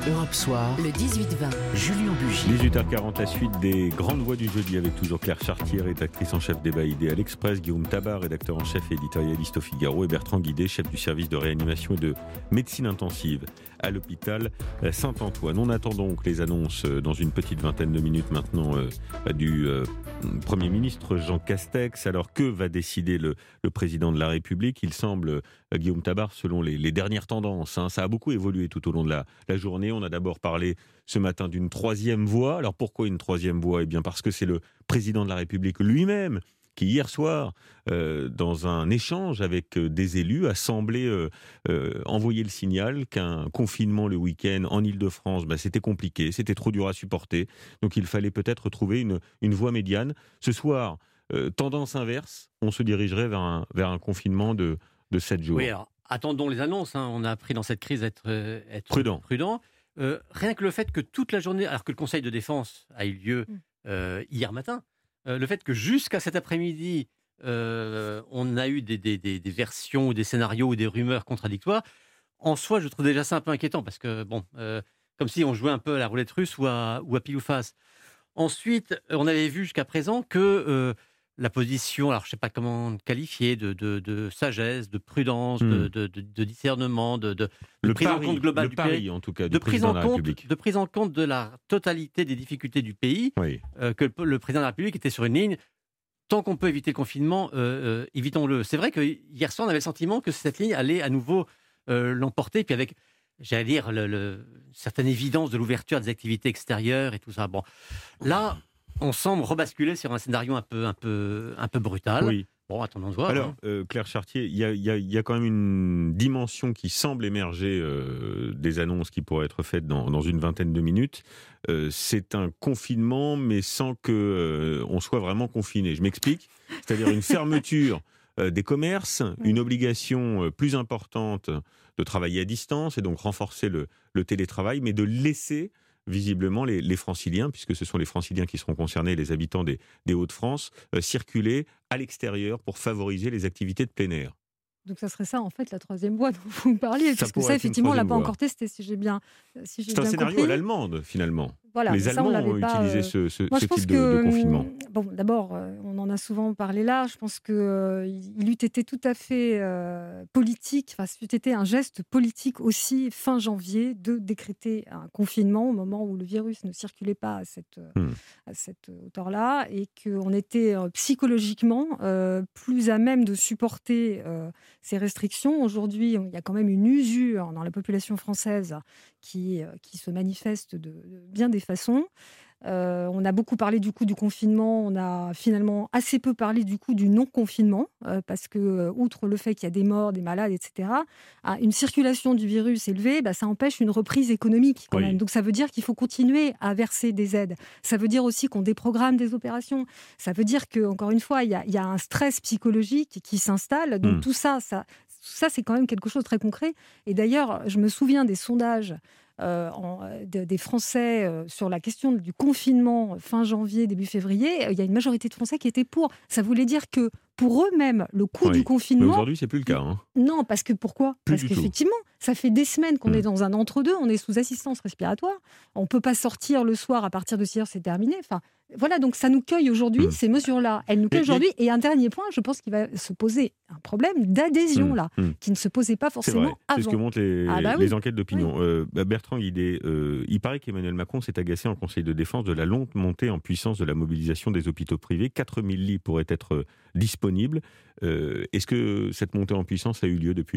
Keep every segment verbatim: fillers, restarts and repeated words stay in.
Europe Soir, le dix-huit vingt, Julien Bugier. dix-huit heures quarante, la suite des grandes voix du jeudi avec toujours Claire Chartier, rédactrice en chef débat idée à l'Express, Guillaume Tabar, rédacteur en chef et éditorialiste au Figaro, et Bertrand Guidé, chef du service de réanimation et de médecine intensive à l'hôpital Saint-Antoine. On attend donc les annonces dans une petite vingtaine de minutes maintenant euh, du euh, Premier ministre Jean Castex. Alors que va décider le, le président de la République ? Il semble, euh, Guillaume Tabar, selon les, les dernières tendances, hein, ça a beaucoup évolué tout au long de la, la journée. On a d'abord parlé ce matin d'une troisième voie. Alors pourquoi une troisième voie ? Eh bien parce que c'est le président de la République lui-même qui hier soir, euh, dans un échange avec euh, des élus, a semblé euh, euh, envoyer le signal qu'un confinement le week-end en Île-de-France, bah, c'était compliqué, c'était trop dur à supporter. Donc il fallait peut-être trouver une, une voie médiane. Ce soir, euh, tendance inverse, on se dirigerait vers un, vers un confinement de, de sept jours. Oui, alors attendons les annonces. Hein. On a appris dans cette crise à être, euh, être prudent. prudent. Euh, rien que le fait que toute la journée, alors que le Conseil de défense a eu lieu euh, hier matin, euh, le fait que jusqu'à cet après-midi, euh, on a eu des, des, des, des versions ou des scénarios ou des rumeurs contradictoires, en soi, je trouve déjà ça un peu inquiétant, parce que, bon, euh, comme si on jouait un peu à la roulette russe ou à, ou à pile ou face. Ensuite, on avait vu jusqu'à présent que euh, la position, alors je ne sais pas comment qualifier, de, de, de sagesse, de prudence, mmh. de, de, de, de discernement, de, de, de prise pari, en compte globale le du pari, pays, en tout cas, du de prise en de la compte, République. de prise en compte de la totalité des difficultés du pays, oui. euh, que le, le président de la République était sur une ligne. Tant qu'on peut éviter le confinement, euh, euh, évitons-le. C'est vrai que hier soir, on avait le sentiment que cette ligne allait à nouveau euh, l'emporter, puis avec, j'allais dire, le, le, une certaine évidence de l'ouverture des activités extérieures et tout ça. Bon, là, on semble rebasculer sur un scénario un peu, un peu, un peu brutal. Oui. Bon, attendons de voir. Alors, hein. euh, Claire Chartier, il y, y, y a quand même une dimension qui semble émerger euh, des annonces qui pourraient être faites dans, dans une vingtaine de minutes. Euh, c'est un confinement, mais sans qu'on euh, soit vraiment confiné. Je m'explique. C'est-à-dire une fermeture euh, des commerces, une obligation euh, plus importante de travailler à distance et donc renforcer le, le télétravail, mais de laisser visiblement les, les franciliens, puisque ce sont les franciliens qui seront concernés, les habitants des, des Hauts-de-France, euh, circuler à l'extérieur pour favoriser les activités de plein air. Donc ça serait ça, en fait, la troisième voie dont vous me parliez, ça parce que ça, effectivement, on ne l'a pas voie. encore testé, si j'ai bien, si j'ai C'est bien un scénario compris. à l'allemande, finalement. Voilà, les ça, Allemands ont pas, utilisé euh... ce, ce, Moi, ce je pense type que, de, de confinement. Bon, d'abord, euh, on en a souvent parlé là. Je pense qu'il euh, eût été tout à fait euh, politique, enfin, c'eût été un geste politique aussi, fin janvier, de décréter un confinement au moment où le virus ne circulait pas à cette, hmm. à cette hauteur-là et qu'on était euh, psychologiquement euh, plus à même de supporter euh, ces restrictions. Aujourd'hui, il y a quand même une usure dans la population française qui, qui se manifeste de, de bien des façons. Euh, on a beaucoup parlé du coup du confinement, on a finalement assez peu parlé du coup du non-confinement, euh, parce que, euh, outre le fait qu'il y a des morts, des malades, et cetera, ah, une circulation du virus élevée, bah, ça empêche une reprise économique quand oui. même. Donc ça veut dire qu'il faut continuer à verser des aides. Ça veut dire aussi qu'on déprogramme des opérations. Ça veut dire qu'encore une fois, il y a, y a un stress psychologique qui s'installe. Donc mmh. tout ça, ça, ça, c'est quand même quelque chose de très concret. Et d'ailleurs, je me souviens des sondages Euh, en, de, des Français euh, sur la question du confinement fin janvier, début février. Il y a une majorité de Français qui étaient pour. Ça voulait dire que pour eux-mêmes, le coût oui. du confinement... Mais aujourd'hui, c'est plus le cas. Hein. Non, parce que pourquoi ? Plus Parce qu'effectivement, ça fait des semaines qu'on mmh. est dans un entre-deux, on est sous assistance respiratoire, on ne peut pas sortir le soir à partir de six heures, c'est terminé. Enfin, voilà, donc ça nous cueille aujourd'hui, mmh. ces mesures-là. Elles nous cueillent aujourd'hui. Et un dernier point, je pense qu'il va se poser un problème d'adhésion, mmh. là, mmh. qui ne se posait pas forcément c'est vrai. avant. C'est ce que montrent les, ah bah les oui. enquêtes d'opinion. Oui. Euh, bah Bertrand Guidé, euh, il paraît qu'Emmanuel Macron s'est agacé en Conseil de défense de la longue montée en puissance de la mobilisation des hôpitaux privés. quatre mille lits pourraient être disponibles. Euh, est-ce que cette montée en puissance a eu lieu depuis ?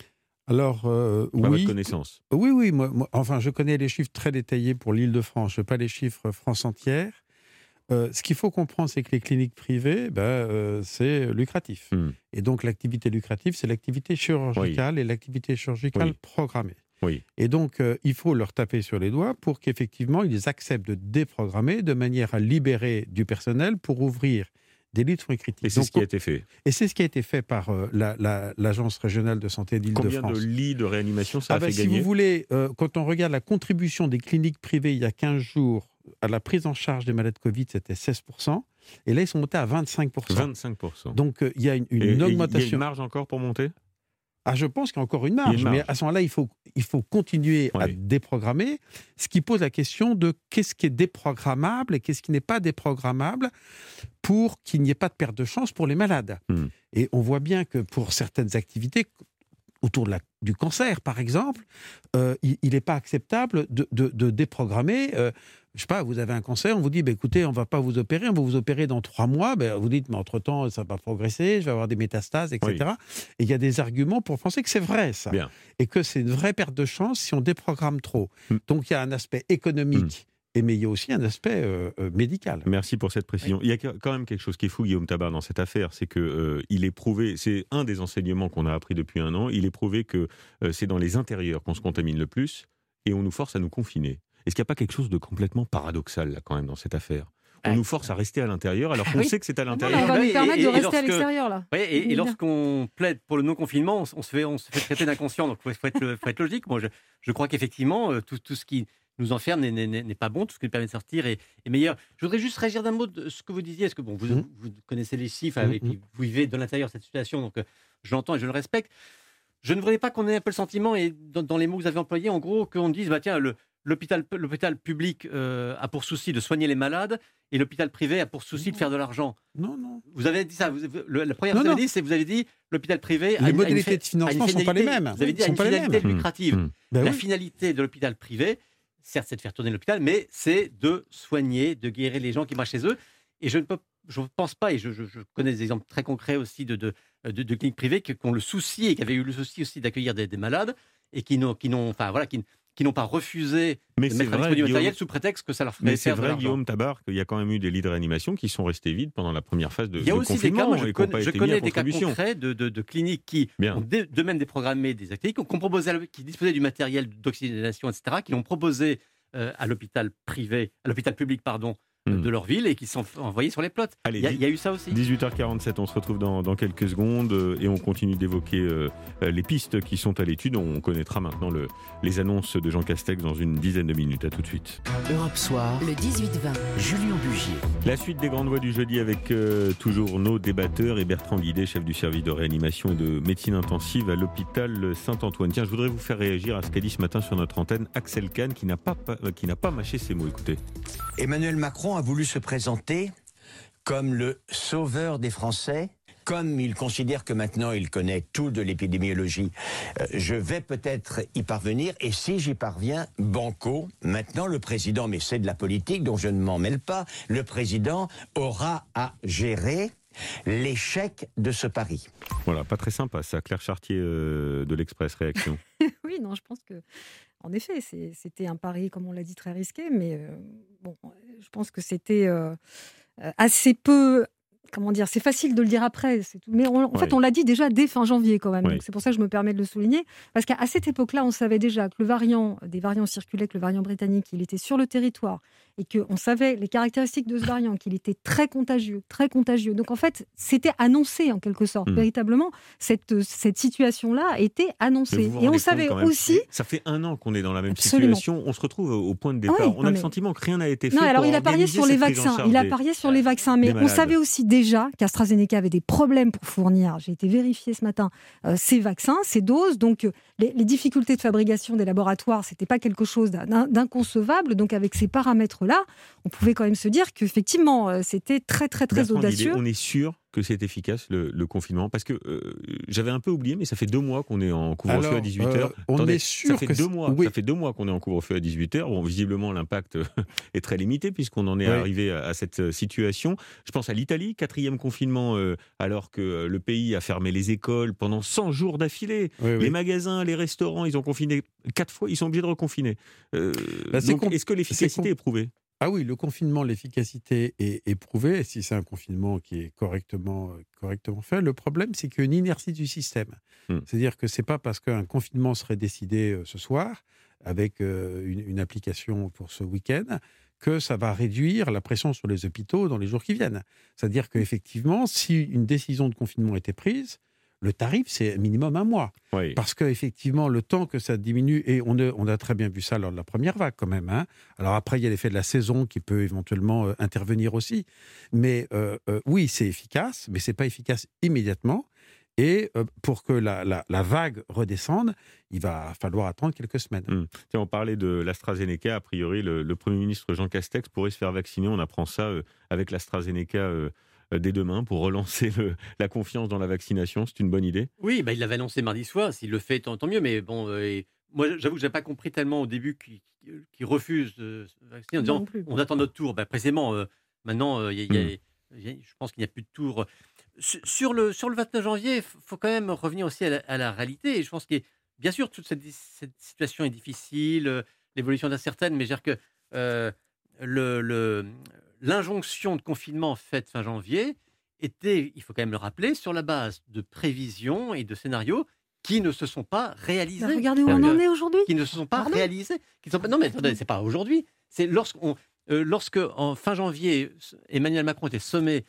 Alors, euh, à oui. votre connaissance. Oui, oui. Moi, moi, enfin, je connais les chiffres très détaillés pour l'Île-de-France. Je n'ai pas les chiffres France entière. Euh, ce qu'il faut comprendre, c'est que les cliniques privées, ben, euh, c'est lucratif. Mm. Et donc, l'activité lucrative, c'est l'activité chirurgicale oui. et l'activité chirurgicale oui. programmée. Oui. Et donc, euh, il faut leur taper sur les doigts pour qu'effectivement, ils acceptent de déprogrammer de manière à libérer du personnel pour ouvrir des lits de soins critiques. Et c'est donc, ce qui a été fait. Et c'est ce qui a été fait par euh, la, la, l'Agence régionale de santé d'Île-de-France. Combien de lits de réanimation ça ah a ben, fait si gagner ? Si vous voulez, euh, quand on regarde la contribution des cliniques privées il y a quinze jours à la prise en charge des malades Covid, c'était seize pour cent. Et là, ils sont montés à vingt-cinq pour cent. vingt-cinq pour cent. Donc, euh, il y a une, une et, augmentation. Il y a une marge encore pour monter ? Ah, je pense qu'il y a encore une marge, une marge. Mais à ce moment-là, il faut, il faut continuer oui. à déprogrammer, ce qui pose la question de qu'est-ce qui est déprogrammable et qu'est-ce qui n'est pas déprogrammable pour qu'il n'y ait pas de perte de chance pour les malades. Mmh. Et on voit bien que pour certaines activités, autour de la, du cancer, par exemple, euh, il n'est pas acceptable de, de, de déprogrammer. Euh, je ne sais pas, vous avez un cancer, on vous dit, bah, écoutez, on ne va pas vous opérer, on va vous opérer dans trois mois. Bah, vous dites, mais entre-temps, ça va progresser, je vais avoir des métastases, et cetera. Oui. Et il y a des arguments pour penser que c'est vrai, ça. Bien. Et que c'est une vraie perte de chance si on déprogramme trop. Mm. Donc, il y a un aspect économique. Mm. Mais il y a aussi un aspect euh, euh, médical. Merci pour cette précision. Oui. Il y a quand même quelque chose qui est fou, Guillaume Tabar, dans cette affaire, c'est que euh, il est prouvé, c'est un des enseignements qu'on a appris depuis un an, il est prouvé que euh, c'est dans les intérieurs qu'on se contamine le plus et on nous force à nous confiner. Est-ce qu'il n'y a pas quelque chose de complètement paradoxal, là, quand même, dans cette affaire ? On ah, nous force à rester à l'intérieur alors qu'on oui. sait que c'est à l'intérieur. On va nous permettre et, de et, rester et à l'extérieur, là. Oui, et, et lorsqu'on plaide pour le non-confinement, on, on, se, fait, on se fait traiter d'inconscient, donc il faut, faut, être, faut être logique. Moi, je, je crois qu'effectivement, euh, tout, tout ce qui nous enferme n'est, n'est, n'est pas bon, tout ce qui nous permet de sortir est, est meilleur. Je voudrais juste réagir d'un mot de ce que vous disiez, parce que bon, vous, mmh. vous connaissez les chiffres, mmh. et puis vous vivez de l'intérieur de cette situation, donc euh, je l'entends et je le respecte. Je ne voudrais pas qu'on ait un peu le sentiment, et dans, dans les mots que vous avez employés, en gros, qu'on dise, bah, tiens, le, l'hôpital, l'hôpital public euh, a pour souci de soigner les malades, et l'hôpital privé a pour souci non. de faire de l'argent. Non, non. Vous avez dit ça, vous, le, la première chose que vous avez dit, c'est que vous avez dit, l'hôpital privé les a, modalités a une, de financement ne sont pas les mêmes. Vous avez dit, a une finalité lucrative. Mmh. Ben la oui. finalité de l'hôpital privé, certes, c'est de faire tourner l'hôpital, mais c'est de soigner, de guérir les gens qui marchent chez eux. Et je ne peux, je pense pas, et je, je, je connais des exemples très concrets aussi de, de, de, de cliniques privées qui, qui ont le souci et qui avaient eu le souci aussi d'accueillir des, des malades et qui n'ont, qui n'ont, enfin voilà, qui, qui n'ont pas refusé mais de mettre à disposition du matériel sous prétexte que ça leur ferait mais c'est faire vrai, de l'argent. Guillaume Tabar, qu'il y a quand même eu des lits de réanimation qui sont restés vides pendant la première phase de, Il y a de aussi confinement. Des cas, moi, je et connais, je connais des cas contribution. concrets de, de, de cliniques qui Bien. ont de, de même déprogrammé des activités, qui, ont proposé, qui disposaient du matériel d'oxygénation, et cetera, qui l'ont proposé euh, à l'hôpital privé, à l'hôpital public, pardon, mmh. de leur ville et qui sont envoyés sur les plots. Allez, il, y a, il y a eu ça aussi. dix-huit heures quarante-sept, on se retrouve dans, dans quelques secondes euh, et on continue d'évoquer euh, les pistes qui sont à l'étude. On connaîtra maintenant le, les annonces de Jean Castex dans une dizaine de minutes. À tout de suite. Europe Soir, le dix-huit vingt, Julien Bugier. La suite des grandes voix du jeudi avec euh, toujours nos débatteurs et Bertrand Guidet, chef du service de réanimation et de médecine intensive à l'hôpital Saint-Antoine. Tiens, je voudrais vous faire réagir à ce qu'a dit ce matin sur notre antenne Axel Kahn qui n'a pas, qui n'a pas mâché ses mots. Écoutez. Emmanuel Macron a voulu se présenter comme le sauveur des Français. Comme il considère que maintenant il connaît tout de l'épidémiologie, euh, je vais peut-être y parvenir. Et si j'y parviens, banco. Maintenant, le président, mais c'est de la politique, donc je ne m'en mêle pas, le président aura à gérer l'échec de ce pari. Voilà, pas très sympa ça. Claire Chartier euh, de l'Express, réaction. Oui, non, je pense que, en effet, c'est, c'était un pari, comme on l'a dit, très risqué, mais euh, bon, je pense que c'était euh, assez peu... Comment dire, c'est facile de le dire après, c'est tout. Mais on, en ouais. fait, on l'a dit déjà dès fin janvier quand même. Ouais. Donc c'est pour ça que je me permets de le souligner. Parce qu'à cette époque-là, on savait déjà que le variant, des variants circulaient, que le variant britannique, il était sur le territoire et qu'on savait les caractéristiques de ce variant, qu'il était très contagieux, très contagieux. Donc en fait, c'était annoncé en quelque sorte. Mmh. Véritablement, cette, cette situation-là était annoncée. Et on savait aussi... Ça fait un an qu'on est dans la même Absolument. situation. On se retrouve au point de départ. Oui, on a mais... le sentiment que rien n'a été fait. Non, alors pour il a parié sur les vaccins. Il a parié sur les vaccins. Mais on savait aussi déjà qu'AstraZeneca avait des problèmes pour fournir, j'ai été vérifier ce matin, euh, ces vaccins, ces doses. Donc, euh, les, les difficultés de fabrication des laboratoires, ce n'était pas quelque chose d'inconcevable. Donc, avec ces paramètres-là, on pouvait quand même se dire qu'effectivement, euh, c'était très, très, très Bertrand audacieux. Guidet, on est sûr que c'est efficace, le, le confinement? Parce que euh, j'avais un peu oublié, mais ça fait deux mois qu'on est en couvre-feu Alors, à dix-huit heures. Euh, on Attendez, est sûr ça fait que deux mois, oui. ça fait deux mois qu'on est en couvre-feu à dix-huit heures. Bon, visiblement, l'impact est très limité puisqu'on en est oui. arrivé à, à cette situation. Je pense à l'Italie, quatrième confinement, euh, alors que le pays a fermé les écoles pendant cent jours d'affilée. Oui, oui. Les magasins, les restaurants, ils ont confiné quatre fois, ils sont obligés de reconfiner. Euh, bah, donc, com- est-ce que l'efficacité est, com- est prouvée? Ah oui, le confinement, l'efficacité est, est prouvée, si c'est un confinement qui est correctement, correctement fait. Le problème, c'est qu'il y a une inertie du système. Hum. C'est-à-dire que ce n'est pas parce qu'un confinement serait décidé euh, ce soir, avec euh, une, une application pour ce week-end, que ça va réduire la pression sur les hôpitaux dans les jours qui viennent. C'est-à-dire qu'effectivement, si une décision de confinement était prise, le tarif, c'est minimum un mois. Oui. Parce qu'effectivement, le temps que ça diminue, et on a, on a très bien vu ça lors de la première vague quand même. Hein. Alors après, il y a l'effet de la saison qui peut éventuellement euh, intervenir aussi. Mais euh, euh, oui, c'est efficace, mais ce n'est pas efficace immédiatement. Et euh, pour que la, la, la vague redescende, il va falloir attendre quelques semaines. Mmh. Tiens, on parlait de l'AstraZeneca. A priori, le, le Premier ministre Jean Castex pourrait se faire vacciner. On apprend ça euh, avec l'AstraZeneca euh, euh, dès demain pour relancer le, la confiance dans la vaccination. C'est une bonne idée. Oui, bah, il l'avait annoncé mardi soir. S'il le fait, tant, tant mieux. Mais bon, euh, et moi, j'avoue que je n'ai pas compris tellement au début qu'il, qu'il refuse de se vacciner en disant on attend notre tour. Bah, précisément, euh, maintenant, euh, y a, y a, mmh. y a, je pense qu'il n'y a plus de tour. Sur le, sur le vingt-neuf janvier, il faut quand même revenir aussi à la, à la réalité. Et je pense que, bien sûr, toute cette, cette situation est difficile, l'évolution est incertaine, mais je veux dire que euh, le, le, l'injonction de confinement faite fin janvier était, il faut quand même le rappeler, sur la base de prévisions et de scénarios qui ne se sont pas réalisés. Bah regardez où on en est aujourd'hui. Qui ne se sont pas Pardon réalisés. Qui sont pas, non, mais attendez, c'est pas aujourd'hui. C'est lorsqu'on, euh, lorsque, en fin janvier, Emmanuel Macron était sommé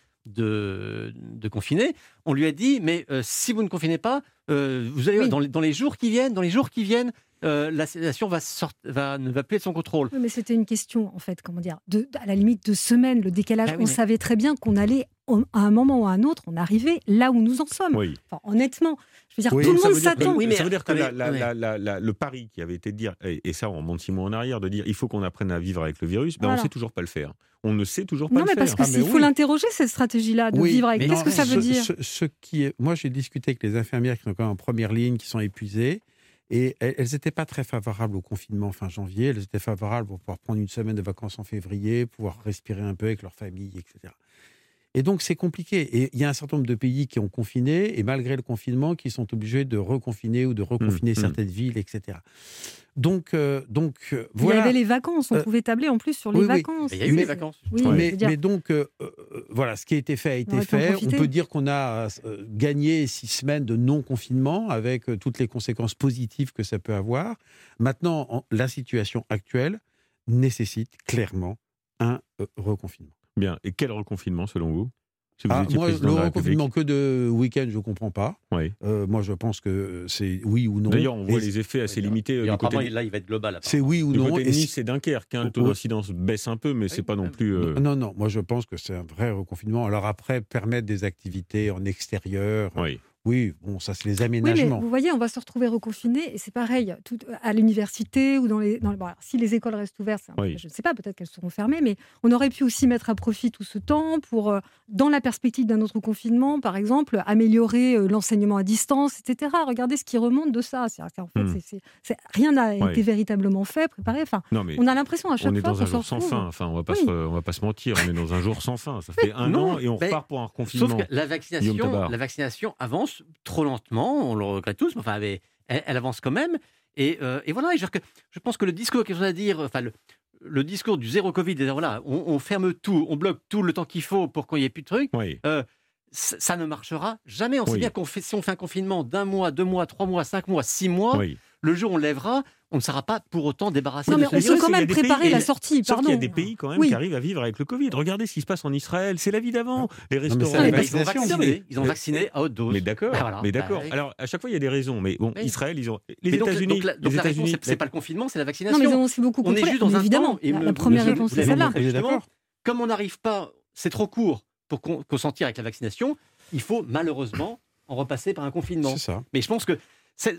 De, de confiner, on lui a dit mais euh, si vous ne confinez pas, euh, vous allez oui. dans, les, dans les jours qui viennent, dans les jours qui viennent, euh, la situation va, sort, va ne va plus être son contrôle. Oui, mais c'était une question en fait, comment dire, de, à la limite de semaines, le décalage. Ah, oui, on mais... savait très bien qu'on allait à un moment ou à un autre, on arrivait là où nous en sommes. Oui. Enfin, honnêtement, je veux dire, oui, tout le monde s'attend. Que, oui, mais ça veut dire que la, la, la, la, la, le pari qui avait été de dire, et, et ça on remonte six mois en arrière, de dire il faut qu'on apprenne à vivre avec le virus, ben, voilà. on ne sait toujours pas le faire. On ne sait toujours pas non, le mais faire. parce que ah, s'il faut oui. l'interroger, cette stratégie-là de oui, vivre avec, qu'est-ce non, que ça ce, veut dire ce, ce qui est... Moi, j'ai discuté avec les infirmières qui sont quand même en première ligne, qui sont épuisées, et elles n'étaient pas très favorables au confinement fin janvier. Elles étaient favorables pour pouvoir prendre une semaine de vacances en février, pouvoir respirer un peu avec leur famille, et cetera. Et donc, c'est compliqué. Et il y a un certain nombre de pays qui ont confiné, et malgré le confinement, qui sont obligés de reconfiner ou de reconfiner mmh, certaines mmh. villes, et cetera. Donc, euh, donc euh, voilà. Il y avait les vacances, on euh, pouvait tabler en plus sur les oui, vacances. Oui. Il y a eu mais, les vacances. Oui, mais, mais donc, euh, euh, voilà, ce qui a été fait a été fait. On peut dire qu'on a euh, gagné six semaines de non-confinement avec euh, toutes les conséquences positives que ça peut avoir. Maintenant, en, la situation actuelle nécessite clairement un euh, reconfinement. Bien. Et quel reconfinement, selon vous ? Si vous ah, moi, le reconfinement que de week-end, je ne comprends pas. Oui. Euh, moi, je pense que c'est oui ou non. D'ailleurs, on voit et les effets assez limités. Et du côté... Là, il va être global. C'est oui ou du non. Côté de Nice, c'est Dunkerque. Hein, le taux d'incidence baisse un peu, mais oui, c'est pas non plus. Euh... Non, non. Moi, je pense que c'est un vrai reconfinement. Alors après, permettre des activités en extérieur. Oui. Oui, bon, ça, c'est les aménagements. Oui, mais vous voyez, on va se retrouver reconfinés, et c'est pareil, tout, à l'université ou dans les... Dans les bon, alors, si les écoles restent ouvertes, c'est un oui. peu, je ne sais pas, peut-être qu'elles seront fermées, mais on aurait pu aussi mettre à profit tout ce temps pour, euh, dans la perspective d'un autre confinement, par exemple, améliorer euh, l'enseignement à distance, et cetera. Regardez ce qui remonte de ça. C'est, c'est, en fait, mmh. c'est, c'est, c'est, rien n'a oui. été véritablement fait, préparé. Enfin, non, on a l'impression à chaque fois qu'on On est dans un jour sans fin. Enfin, on ne va, oui. va pas se mentir, on est dans un jour sans fin. Ça fait un non, an et on repart pour un reconfinement. Sauf que la vaccination, la vaccination avance trop lentement. On le regrette tous, mais enfin, elle, elle avance quand même. Et, euh, et voilà, et que, je pense que le discours qu'ils ont à dire, enfin, le, le discours du zéro Covid, voilà, on, on ferme tout, on bloque tout le temps qu'il faut pour qu'il n'y ait plus de trucs, oui. euh, ça ne marchera jamais. On oui. sait bien qu'on fait, si on fait un confinement d'un mois, deux mois, trois mois, cinq mois, six mois, oui. le jour où on lèvera, on ne sera pas pour autant débarrassé non, de mais ce virus. On peut quand même préparer pays, la sortie. Sauf qu'il y a des pays quand même oui. qui arrivent à vivre avec le Covid. Regardez ce qui se passe en Israël, c'est la vie d'avant. Les restaurants, non, mais ils ont vacciné, ils ont vacciné à haute dose. Mais d'accord, bah, voilà. mais d'accord. Bah, Alors à chaque fois il y a des raisons. Mais bon, oui. Israël, ils ont les donc, États-Unis. Donc, la, donc les la États-Unis, réponse, c'est, c'est pas le confinement, c'est la vaccination. Non, mais ils ont aussi beaucoup compris. On est juste dans un évidemment. temps. Et la première réponse, c'est celle-là. Comme on n'arrive pas, c'est trop court pour consentir avec la vaccination. Il faut malheureusement en repasser par un confinement. C'est ça. Mais je pense que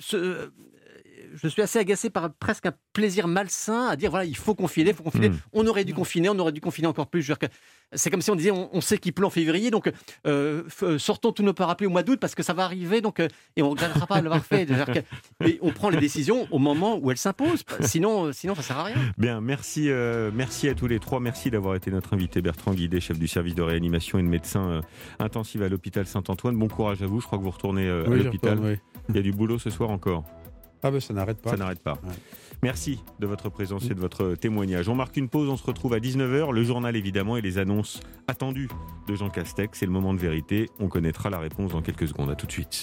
je suis assez agacé par presque un plaisir malsain à dire voilà, il faut confiner, il faut confiner. Mmh. On aurait dû confiner, on aurait dû confiner encore plus. Je veux dire que c'est comme si on disait on, on sait qu'il pleut en février, donc euh, f- sortons tous nos parapluies au mois d'août parce que ça va arriver, donc, euh, et on ne regrettera pas de l'avoir fait. Que, et on prend les décisions au moment où elles s'imposent, sinon, euh, sinon ça ne sert à rien. Bien, merci, euh, merci à tous les trois. Merci d'avoir été notre invité, Bertrand Guidé, chef du service de réanimation et de médecin euh, intensif à l'hôpital Saint-Antoine. Bon courage à vous, je crois que vous retournez euh, oui, à l'hôpital. Retourne, oui. Il y a du boulot ce soir encore. Ah ben ça n'arrête pas. Ça n'arrête pas. Ouais. Merci de votre présence et de votre témoignage. On marque une pause, on se retrouve à dix-neuf heures. Le journal évidemment et les annonces attendues de Jean Castex. C'est le moment de vérité. On connaîtra la réponse dans quelques secondes. À tout de suite.